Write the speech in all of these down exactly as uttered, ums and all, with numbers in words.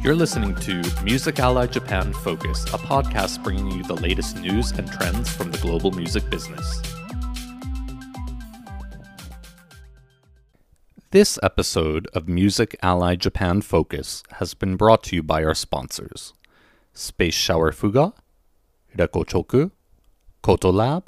You're listening to Music Ally Japan Focus, a podcast bringing you the latest news and trends from the global music business. This episode of Music Ally Japan Focus has been brought to you by our sponsors, Space Shower Fuga, Rekochoku, Kotolab,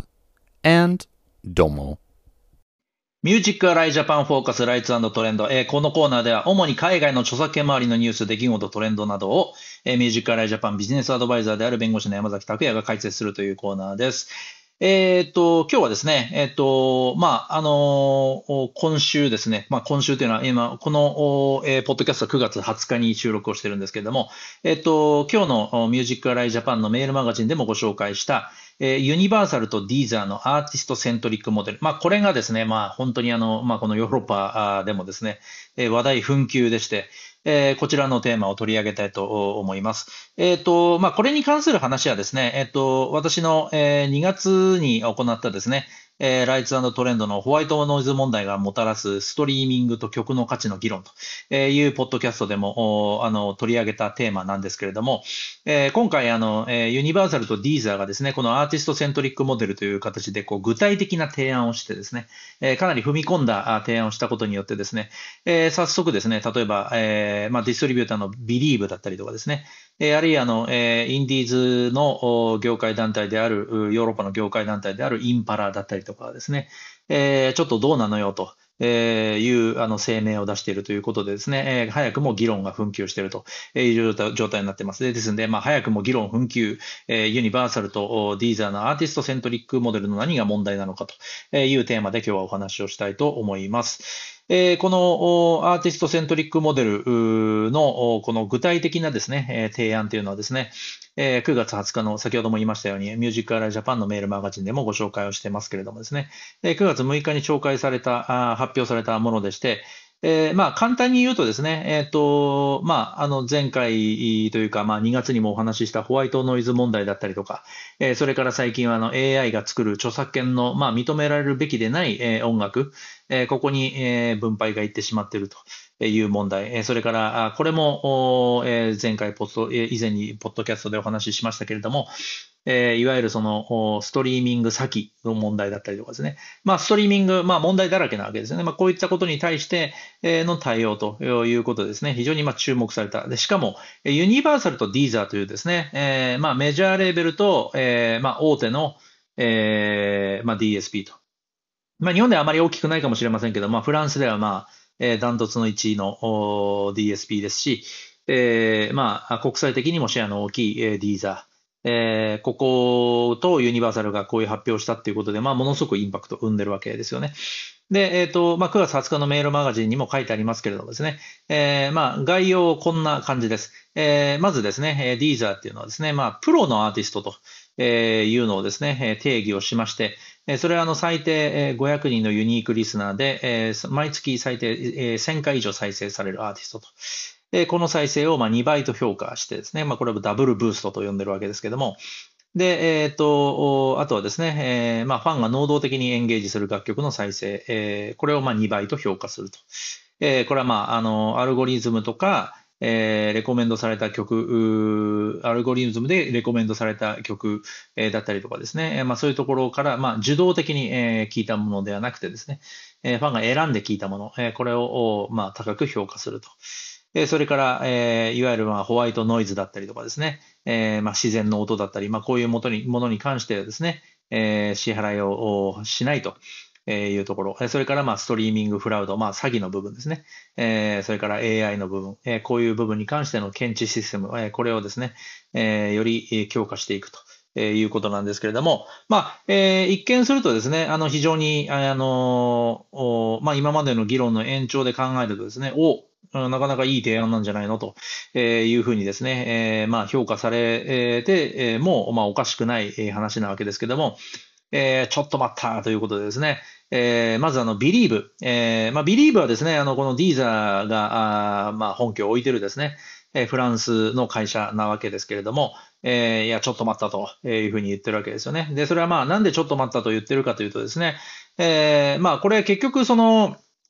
and Domo. ミュージックアライジャパンフォーカスライツ&トレンド、えー、このコーナーでは主に海外の著作権周りのニュース、出来事、トレンドなどを、えー、ミュージックアライジャパンビジネスアドバイザーである弁護士の山崎拓也が解説するというコーナーです。えーっと、今日はですね、えーっと、まあ、あのー今週ですね、まあ、今週というのは今、この、えーポッドキャストはくがつはつかに収録をしてるんですけれども、えーっと、今日のミュージックアライジャパンのメールマガジンでもご紹介した、えーユニバーサルとディーザーのアーティストセントリックモデル。まあ、これがですね、まあ、本当にあの、まあ、このヨーロッパあーでもですね、えー話題紛糾でして、えーこちらのテーマを取り上げたいと思います。えっと、まあ、これに関する話はですね、えっと、私の、えーにがつに行ったですね、えーライツ&トレンドのホワイトノイズ問題がもたらすストリーミングと曲の価値の議論というポッドキャストでもおあの取り上げたテーマなんですけれども、えー今回あの、えーユニバーサルとディーザーがですね、このアーティストセントリックモデルという形でこう具体的な提案をしてですね、えーかなり踏み込んだあ提案をしたことによってですね、えー早速ですね、例えば、えーまあ、ディストリビューターのビリーブだったりとかですね、えーあるいはあの、えーインディーズのお業界団体である、うヨーロッパの業界団体であるインパラだったりとかですね、えーちょっとどうなのよと。えーいうあの声明を出しているということでですね、えー早くも議論が紛糾しているという状態状態になっています。でですので、まあ、早くも議論紛糾、えーユニバーサルとおディーザーのアーティストセントリックモデルの何が問題なのかというテーマで今日はお話をしたいと思います。えーこのおアーティストセントリックモデルうーのおこの具体的なですね、えー提案というのはですね、えーくがつはつかの先ほども言いましたように、ミュージックアライジャパンのメールマガジンでもご紹介をしてますけれどもですね、えーくがつむいかに紹介された、あー発表されたものでして、えーまあ、簡単に言うとですね、えっと、まあ、あの、前回というか、まあ、にがつにもお話ししたホワイトノイズ問題だったりとか、えーそれから最近はあの エーアイ が作る著作権の、まあ、認められるべきでない、えー音楽、えーここに、えー分配がいってしまっているという問題、えーそれから、あこれも、おえー前回ポッド、えー以前にポッドキャストでお話ししましたけれども、えーいわゆるそのおストリーミング先の問題だったりとかですね。まあ、ストリーミング、まあ、問題だらけなわけですよね。まあ、こういったことに対してえーの対応ということですね。非常にまあ注目された。で、しかも、えーユニバーサルとディーザーというですね、えーまあ、メジャーレーベルと、えーまあ、大手の、えーまあ、ディーエスピーと。まあ、日本ではあまり大きくないかもしれませんけど、まあ、フランスではまあ、えーダントツのいちいのお ディーエスピー ですし、えーまあ、国際的にもシェアの大きい、えーディーザー。えーこことユニバーサルがこういう発表をしたっていうことで、まあ、ものすごくインパクトを生んでるわけですよね。で、えっと、まあ、くがつはつかのメールマガジンにも書いてありますけれどもですね、えーまあ、概要こんな感じです。えーまずですね、えーディーザーっていうのはですね、まあ、プロのアーティストとえーいうのをですね、えー定義をしまして、えーそれはあの最低えーごひゃくにんのユニークリスナーで、えー毎月最低えーせんかい以上再生されるアーティストと。えーこの再生をまあにばいと評価してですね、まあ、これをダブルブーストと呼んでるわけですけども、で、えっと、おあとはですね、えーまあ、ファンが能動的にエンゲージする楽曲の再生、えーこれをまあにばいと評価すると。えーこれはまあ、あの、アルゴリズムとか、えーレコメンドされた曲、うーアルゴリズムでレコメンドされた曲、えーだったりとかですね、えーまあ、そういうところから、まあ、受動的に、えー聞いたものではなくてですね、えーファンが選んで聞いたもの、えーこれを、おまあ、高く評価すると。えーそれから、えーいわゆるまあホワイトノイズだったりとかですね、えーまあ、自然の音だったり、まあ、こういうもとにものに関してはですね、えー支払いをおしないというところ、えーそれからまあストリーミングフラウド、まあ、詐欺の部分ですね、えーそれから エーアイ の部分、えーこういう部分に関しての検知システム、えーこれをですね、えーよりえー強化していくと。えーいうことなんですけれども、まあ、えー一見するとですね、あの、非常に、あの、おまあ、今までの議論の延長で考えるとですね、お、うんなかなかいい提案なんじゃないのとえーいうふうにですね、えーまあ、評価されて、えーも、まあ、おかしくないえー話なわけですけども、えーちょっと待ったということでですね、えーまずあの、ビリーブ。えーまあ、ビリーブはですね、あの、このディーザーが、あーまあ、本拠を置いてるですね、えーフランスの会社なわけですけれども、えーいや、ちょっと待ったというふうに言ってるわけですよね。で、それはまあ、なんでちょっと待ったと言ってるかというとですね、えーまあ、これ結局その、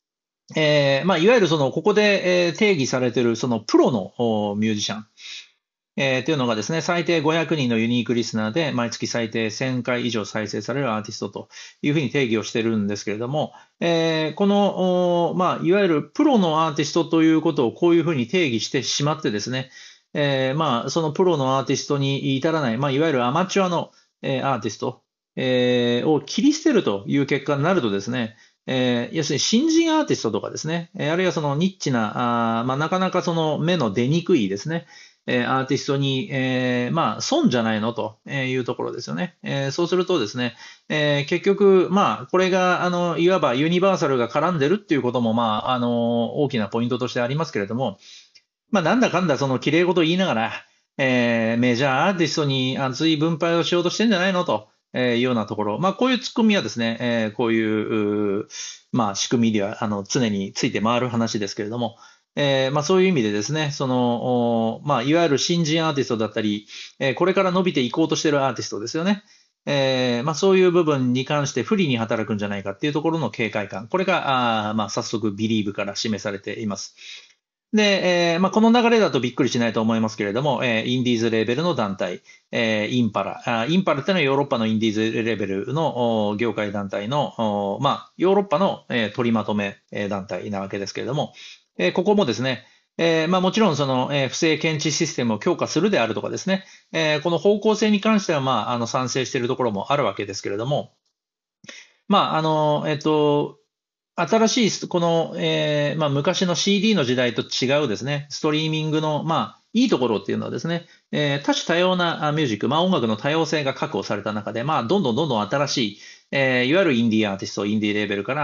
えーまあ、いわゆるその、ここで、えー定義されているそのプロのおミュージシャン、えーというのがですね、最低ごひゃくにんのユニークリスナーで、毎月最低せんかい以上再生されるアーティストというふうに定義をしているんですけれども、えーこの、おまあ、いわゆるプロのアーティストということをこういうふうに定義してしまってですね、えーまあ、そのプロのアーティストに至らない、まあ、いわゆるアマチュアの、えーアーティスト、えーを切り捨てるという結果になるとですね、えー要するに新人アーティストとかですね、えーあるいはそのニッチな、あーまあ、なかなかその目の出にくいですね、えーアーティストに、えーまあ、損じゃないのというところですよね。えーそうするとですね、えー結局、まあ、これが、あの、いわばユニバーサルが絡んでるっていうことも、まあ、あの、大きなポイントとしてありますけれども、まあ、なんだかんだその綺麗事言いながら、えーメジャーアーティストに熱い分配をしようとしてんじゃないのというようなところ、まあ、こういうツッコミはですね、えーこういう、うまあ、仕組みではあの常について回る話ですけれども、えーまあ、そういう意味でですね、その、おまあ、いわゆる新人アーティストだったり、えーこれから伸びていこうとしているアーティストですよね。えーまあ、そういう部分に関して不利に働くんじゃないかっていうところの警戒感、これが、あーまあ、早速、ビリーブから示されています。で、えーまあ、この流れだとびっくりしないと思いますけれども、えーインディーズレーベルの団体、えーインパラあ、インパラっていうのはヨーロッパのインディーズレーベルのお業界団体の、おまあ、ヨーロッパの、えー取りまとめえー団体なわけですけれども、えーここもですね、えーまあ、もちろんその、えー不正検知システムを強化するであるとかですね、えーこの方向性に関しては、まあ、あの賛成しているところもあるわけですけれども、まあ、あの、えっと、新しい、この、えーまあ、昔の シーディー の時代と違うですね、ストリーミングの、まあ、いいところっていうのはですね、えー多種多様なあミュージック、まあ、音楽の多様性が確保された中で、まあ、どんどんどんどん新しい、えーいわゆるインディーアーティスト、インディーレーベルから、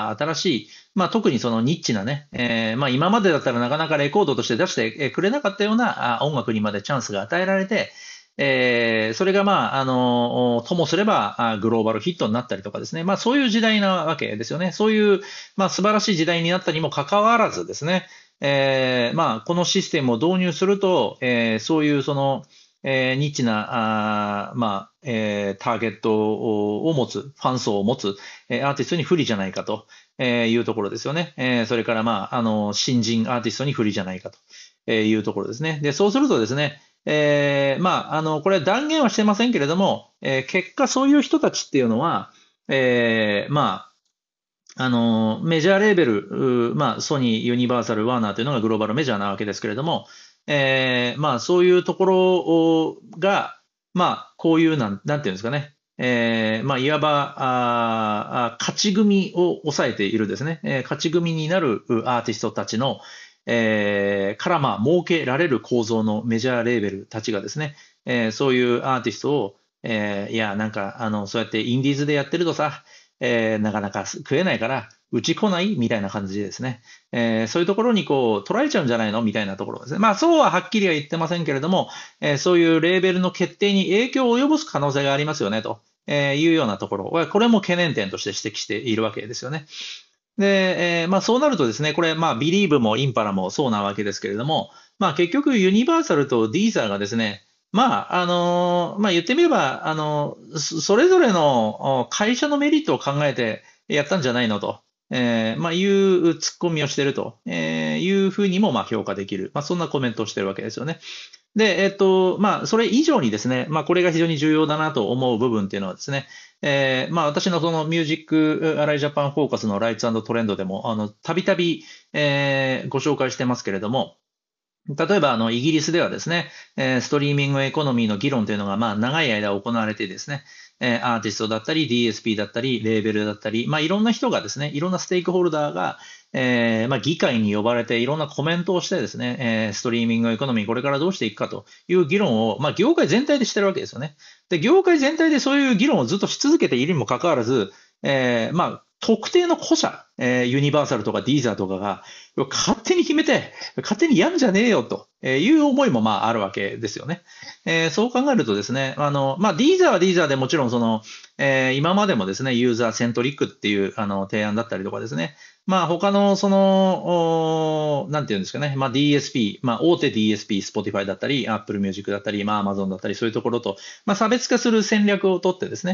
あー新しい、まあ、特にそのニッチなね、えーまあ、今までだったらなかなかレコードとして出してくれなかったようなあ音楽にまでチャンスが与えられて、えーそれが、まあ、あの、ともすれば、あグローバルヒットになったりとかですね。まあ、そういう時代なわけですよね。そういう、まあ、素晴らしい時代になったにもかかわらずですね、えーまあ、このシステムを導入すると、えーそういう、その、えーニッチな、あーまあ、えーターゲットをを持つ、ファン層を持つ、えーアーティストに不利じゃないかとえーいうところですよね。えーそれから、まあ、あの、新人アーティストに不利じゃないかというところですね。で、そうするとですね、えーまあ、あの、これは断言はしてませんけれども、えー結果そういう人たちっていうのは、えーまあ、あの、メジャーレーベル、うまあ、ソニー、ユニバーサル、ワーナーというのがグローバルメジャーなわけですけれども、えーまあ、そういうところが、まあ、こういうなん、なんていうんですかね、えーまあ、いわば、あーあ勝ち組を抑えているですね、えー勝ち組になるアーティストたちの、えーから、まあ、設けられる構造のメジャーレーベルたちがですね、えーそういうアーティストを、えーいや、なんか、あの、そうやってインディーズでやってるとさ、えーなかなか食えないから、うち来ないみたいな感じでですね、えーそういうところにこう、取られちゃうんじゃないのみたいなところですね。まあ、そうははっきりは言ってませんけれども、えーそういうレーベルの決定に影響を及ぼす可能性がありますよね、とえーいうようなところ。これも懸念点として指摘しているわけですよね。で、えーまあそうなるとですね、これ、まあ、ビリーブもインパラもそうなわけですけれども、まあ結局ユニバーサルとディーザーがですね、まあ、あのまあ言ってみれば、あのそそれぞれのお会社のメリットを考えてやったんじゃないのと、えーまあいうツッコミをしていると、えーいうふうにもまあ評価できる。まあそんなコメントをしているわけですよね。で、えっと、まあ、それ以上にですね、まあ、これが非常に重要だなと思う部分っていうのはですね、えーまあ、私のそのミュージックアライジャパンフォーカスのライツトレンドでも、あの、たびたび、えーご紹介してますけれども、例えば、あの、イギリスではですね、えーストリーミングエコノミーの議論というのが、まあ、長い間行われてですね、えーアーティストだったり、ディーエスピー だったり、レーベルだったり、まあ、いろんな人がですね、いろんなステークホルダーが、えーまあ、議会に呼ばれていろんなコメントをしてですね、えーストリーミングエコノミーこれからどうしていくかという議論を、まあ、業界全体でしてるわけですよね。で、業界全体でそういう議論をずっとし続けているにもかかわらず、えーまあ、特定の個社、えーユニバーサルとかディーザーとかが、勝手に決めて、勝手にやんじゃねえよという思いもまああるわけですよね。えーそう考えるとですね、あの、まあ、ディーザーはディーザーでもちろんその、えー今までもですね、ユーザーセントリックっていうあの提案だったりとかですね、まあ他のその、おなんていうんですかね、まあ ディーエスピー、まあ大手 ディーエスピー、Spotify だったり、Apple Music だったり、まあ Amazon だったり、そういうところと、まあ差別化する戦略をとってですね、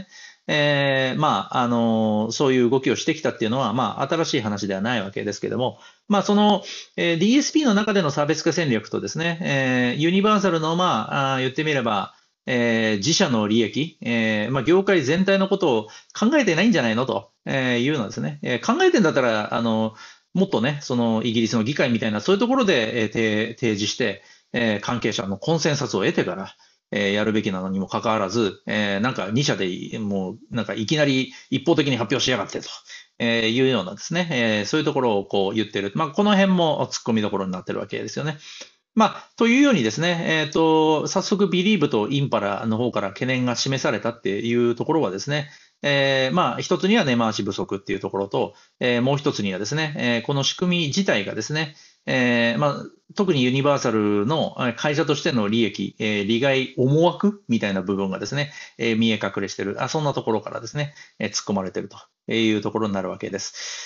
えー、まあ、あの、そういう動きをしてきたっていうのは、まあ、新しい話ではないわけですけども、まあ、その、えー ディーエスピー の中での差別化戦略とですね、えーユニバーサルの、まあ、あー言ってみれば、えー自社の利益、えーまあ、業界全体のことを考えてないんじゃないのと、えーいうのですね。えー考えてんだったら、あの、もっとね、そのイギリスの議会みたいな、そういうところで、えー提提示して、えー関係者のコンセンサスを得てから、えーやるべきなのにもかかわらず、えーなんかに社でもう、なんかいきなり一方的に発表しやがってと、えーいうようなですね、えーそういうところをこう言ってる。まあ、この辺も突っ込みどころになってるわけですよね。まあ、というようにですね、えっと、早速、ビリーブとインパラの方から懸念が示されたっていうところはですね、えーまあ、一つには根回し不足っていうところと、えーもう一つにはですね、えーこの仕組み自体がですね、えーまあ、特にユニバーサルのえー会社としての利益、えー利害思惑みたいな部分がですね、えー見え隠れしてる、あ、そんなところからですね、えー突っ込まれてるというところになるわけです。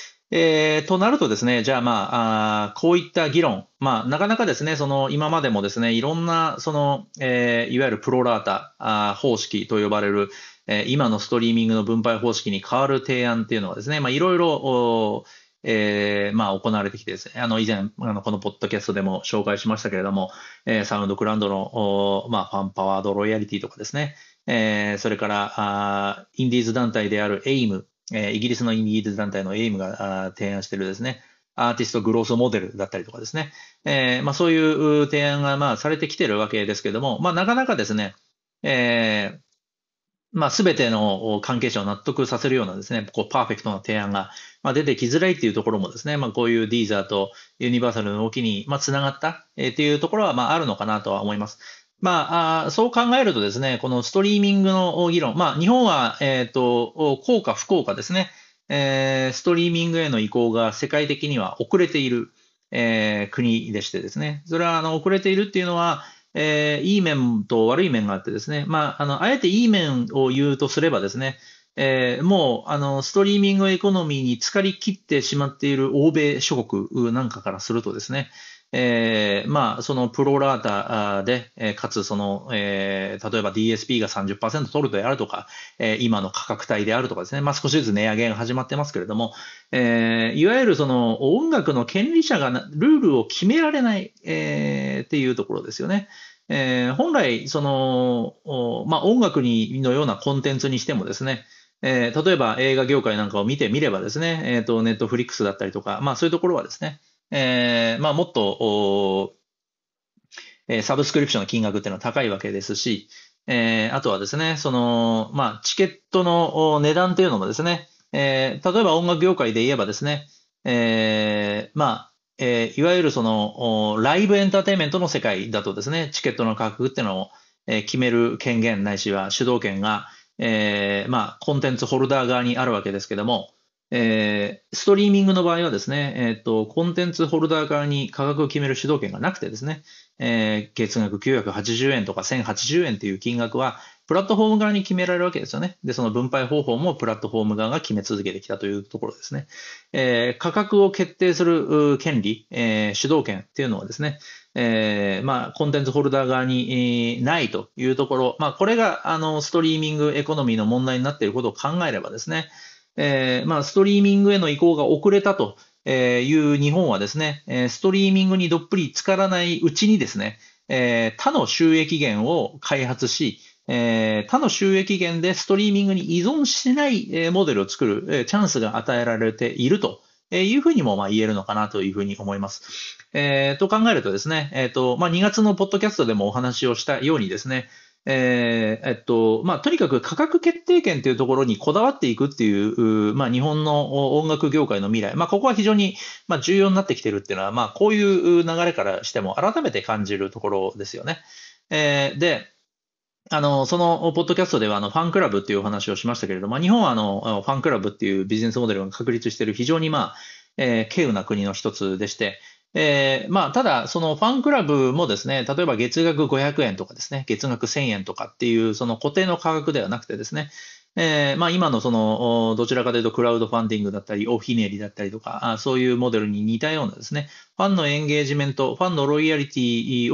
えーとなるとですね、じゃあまあ、あーこういった議論、まあ、なかなかですね、その今までもですね、いろんな、その、えーいわゆるプロラータあー方式と呼ばれる、えー今のストリーミングの分配方式に変わる提案っていうのはですね、まあ、いろいろ、おえーまあ、行われてきてですね、あの、以前、あの、このポッドキャストでも紹介しましたけれども、えーサウンドクラウドの、おまあ、ファンパワードロイヤリティとかですね、えーそれから、あーインディーズ団体であるエイム、えーイギリスのインディーズ団体のエイムがあー提案しているですね、アーティストグロースモデルだったりとかですね、えーまあ、そういう提案がまあされてきているわけですけれども、まあ、なかなかですね、えーまあ、すべての関係者を納得させるようなですね、こう、パーフェクトな提案が、まあ、出てきづらいっていうところもですね、まあ、こういうディーザーとユニバーサルの動きに、まあ、つながった、えーっていうところは、まあ、あるのかなとは思います。まあ、あーそう考えるとですね、このストリーミングの議論、まあ、日本は、えっと、効果不効果ですね、えーストリーミングへの移行が世界的には遅れている、えー国でしてですね、それは、あの、遅れているっていうのは、えーいい面と悪い面があってですね、まあ、あの、あえていい面を言うとすればですね、えーもう、あの、ストリーミングエコノミーに浸かりきってしまっている欧米諸国なんかからするとですね、えーまあ、そのプロラータで、えーかつその、えー例えば ディーエスピー がさんじゅっパーセント取るであるとか、えー今の価格帯であるとかですね、まあ、少しずつ値上げが始まってますけれども、えーいわゆるその音楽の権利者がなルールを決められない、えーっていうところですよね。えー本来、その、おまあ、音楽にのようなコンテンツにしてもですね、えー例えば映画業界なんかを見てみればですね、えっと、ネットフリックスだったりとか、まあそういうところはですね、えーまあもっと、おえーサブスクリプションの金額っていうのは高いわけですし、えーあとはですね、その、まあチケットのお値段っていうのもですね、えー例えば音楽業界で言えばですね、えーまあ、えーいわゆるその、おライブエンターテインメントの世界だとですね、チケットの価格っていうのを、えー決める権限ないしは主導権が、えーまあ、コンテンツホルダー側にあるわけですけども、えーストリーミングの場合はですね、えっと、コンテンツホルダー側に価格を決める主導権がなくてですね、えー月額きゅうひゃくはちじゅうえんとかせんはちじゅうえんという金額は、プラットフォーム側に決められるわけですよね。で、その分配方法もプラットフォーム側が決め続けてきたというところですね。えー価格を決定するう権利、えー主導権っていうのはですね、えーまあ、コンテンツホルダー側に、えーないというところ、まあ、これが、あの、ストリーミングエコノミーの問題になっていることを考えればですね、えーまあ、ストリーミングへの移行が遅れたという日本はですね、えーストリーミングにどっぷり浸からないうちにですね、えー他の収益源を開発し、えー他の収益源でストリーミングに依存しないえーモデルを作るえーチャンスが与えられているというふうにもまあ言えるのかなというふうに思います。えーと考えるとですね、えっと、まあ、にがつのポッドキャストでもお話をしたようにですね、えーえっと、まあ、とにかく価格決定権というところにこだわっていくっていう、うまあ、日本の音楽業界の未来、まあ、ここは非常に、まあ、重要になってきているっていうのは、まあ、こういう流れからしても改めて感じるところですよね。えーで、あの、そのポッドキャストでは、あの、ファンクラブっていうお話をしましたけれども、日本は、あの、ファンクラブっていうビジネスモデルが確立している非常に、まあ、えー、稀有な国の一つでして、えーまあ、ただ、そのファンクラブもですね、例えば月額ごひゃくえんとかですね、月額せんえんとかっていう、その固定の価格ではなくてですね、えーまあ、今のその、おどちらかというとクラウドファンディングだったり、おひねりだったりとか、あそういうモデルに似たようなですね、ファンのエンゲージメント、ファンのロイヤリティを、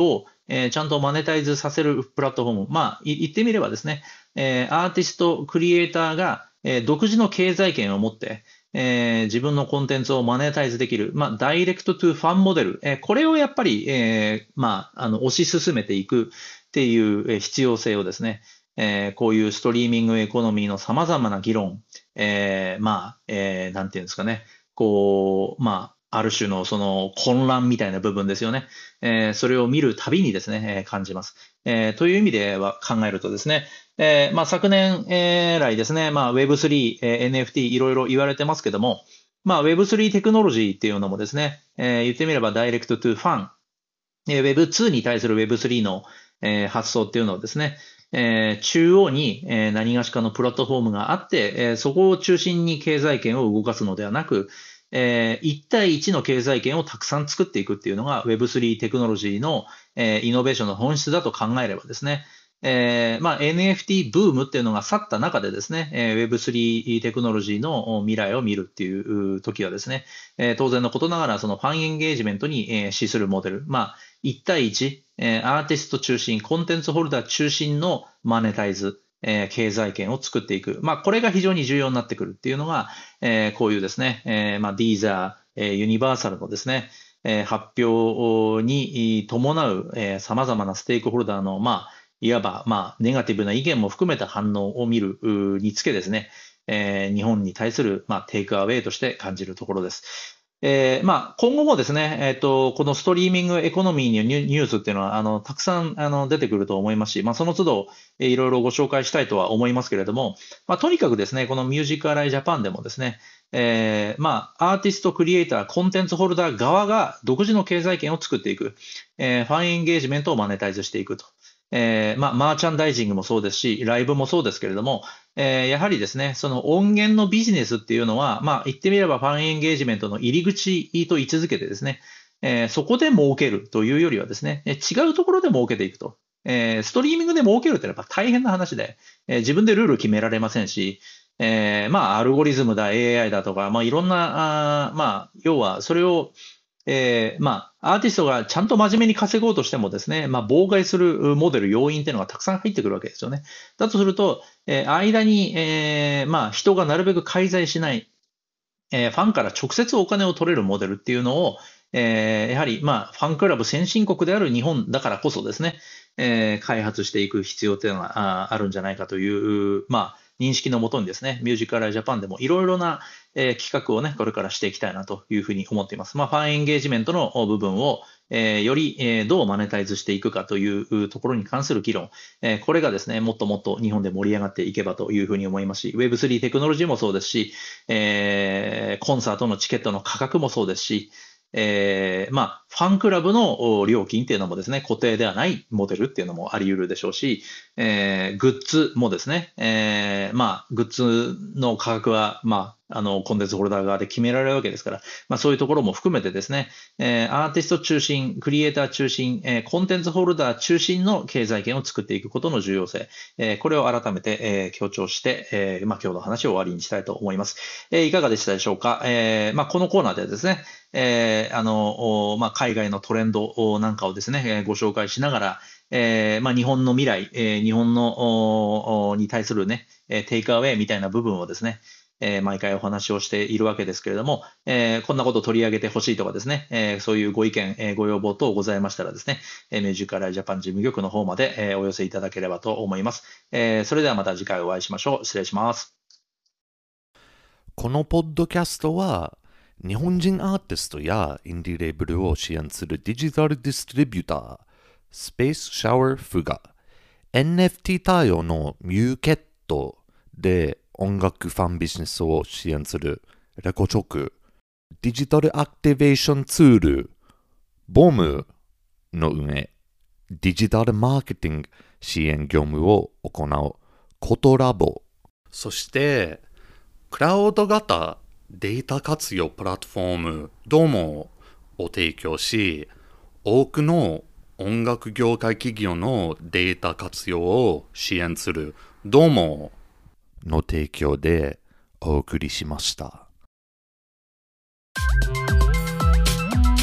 えー、ちゃんとマネタイズさせるプラットフォーム。まあ、言ってみればですね、えー、アーティスト、クリエイターが、えー、独自の経済圏を持って、えー、自分のコンテンツをマネタイズできる、まあ、ダイレクトトゥファンモデル、えー、これをやっぱり、えー、まあ、あの、推し進めていくっていう必要性をですね、えー、こういうストリーミングエコノミーの様々な議論、えー、まあ、えー、なんていうんですかね、こう、まあ、ある種のその混乱みたいな部分ですよね。えー、それを見るたびにですね、えー、感じます。えー、という意味では考えるとですね、えーまあ、昨年、えー、来ですね、まあ、ウェブスリー、えー、エヌエフティー いろいろ言われてますけども、まあ、ウェブスリー テクノロジーっていうのもですね、えー、言ってみればダイレクトトゥファン、えー、ウェブツー に対する ウェブスリー の、えー、発想っていうのをですね、えー、中央に、えー、何がしかのプラットフォームがあって、えー、そこを中心に経済圏を動かすのではなく、えー、いち対いちの経済圏をたくさん作っていくっていうのが ウェブスリー テクノロジーの、えー、イノベーションの本質だと考えればですね、えー、まあ エヌエフティー ブームっていうのが去った中でですね、えー、ウェブスリー テクノロジーの未来を見るっていう時はですね、えー、当然のことながらそのファンエンゲージメントに、えー、資するモデル、まあいち対いち、えー、アーティスト中心、コンテンツホルダー中心のマネタイズ、えー、経済圏を作っていく。まあこれが非常に重要になってくるっていうのが、えー、こういうですね、えー、まあ ディーザー、えー、ユニバーサルのですね、えー、発表に伴う、えー、様々なステークホルダーの、まあいわば、まあ、ネガティブな意見も含めた反応を見るにつけですね、えー、日本に対する、まあ、テイクアウェイとして感じるところです。えー、まあ、今後もですね、えっと、このストリーミングエコノミーのニュースっていうのは、あの、たくさん、あの、出てくると思いますし、まあ、その都度、えーいろいろご紹介したいとは思いますけれども、まあ、とにかくですね、このミュージックアライジャパンでもですね、えー、まあ、アーティスト、クリエイター、コンテンツホルダー側が独自の経済圏を作っていく、えー、ファンエンゲージメントをマネタイズしていくと。えー、まあ、マーチャンダイジングもそうですし、ライブもそうですけれども、えー、やはりですね、その音源のビジネスっていうのは、まあ、言ってみればファンエンゲージメントの入り口と位置づけてですね、えー、そこで儲けるというよりはですね、違うところで儲けていくと。えー、ストリーミングで儲けるってやっぱ大変な話で、えー、自分でルール決められませんし、えー、まあ、アルゴリズムだ、エーアイ だとか、まあ、いろんな、あまあ、要は、それを、えー、まあ、アーティストがちゃんと真面目に稼ごうとしてもですね、まあ、妨害するモデル、要因っていうのがたくさん入ってくるわけですよね。だとすると、えー、間に、えー、まあ、人がなるべく介在しない、えー、ファンから直接お金を取れるモデルっていうのを、えー、やはり、まあ、ファンクラブ先進国である日本だからこそですね、えー、開発していく必要っていうのがああるんじゃないかという、まあ、認識のもとにですね、ミュージックアライジャパンでもいろいろな、えー、企画をね、これからしていきたいなというふうに思っています。まあ、ファンエンゲージメントの部分を、えー、より、えー、どうマネタイズしていくかというところに関する議論、えー、これがですね、もっともっと日本で盛り上がっていけばというふうに思いますし、ウェブスリー テクノロジーもそうですし、えー、コンサートのチケットの価格もそうですし、えー、まあ、ファンクラブの料金っていうのもですね、固定ではないモデルっていうのもあり得るでしょうし、えー、グッズもですね、えー、まあ、グッズの価格は、まあ、あの、コンテンツホルダー側で決められるわけですから、まあ、そういうところも含めてですね、えー、アーティスト中心、クリエイター中心、えー、コンテンツホルダー中心の経済圏を作っていくことの重要性、えー、これを改めて、えー、強調して、えー、まあ、今日の話を終わりにしたいと思います。えー、いかがでしたでしょうか。えー、まあ、このコーナーでですね、えー、あの、まあ、海外のトレンドなんかをですね、えー、ご紹介しながら、えー、まあ、日本の未来、えー、日本の、に対するね、テイクアウェイみたいな部分をですね、えー、毎回お話をしているわけですけれども、えー、こんなことを取り上げてほしいとかですね、えー、そういうご意見、えー、ご要望等ございましたらですね、ミュージックアライジャパン事務局の方まで、えー、お寄せいただければと思います。えー、それではまた次回お会いしましょう。失礼します。 このポッドキャストは、日本人アーティストやインディーレーブルを支援するデジタルディストリビューター、スペースシャワーフが エヌエフティー 対応のミューケットで音楽ファンビジネスを支援するレコチョク、デジタルアクティベーションツール、ボムの上、デジタルマーケティング支援業務を行うコトラボ、そしてクラウド型データ活用プラットフォームドモを提供し、多くの音楽業界企業のデータ活用を支援するドモの提供でお送りしました。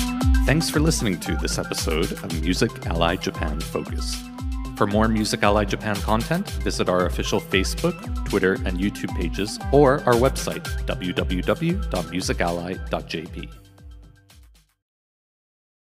Thanks for listening to this episode of Music Ally Japan Focus. For more Music Ally Japan content, visit our official Facebook, Twitter, and YouTube pages or our website, w w w dot music ally dot j p.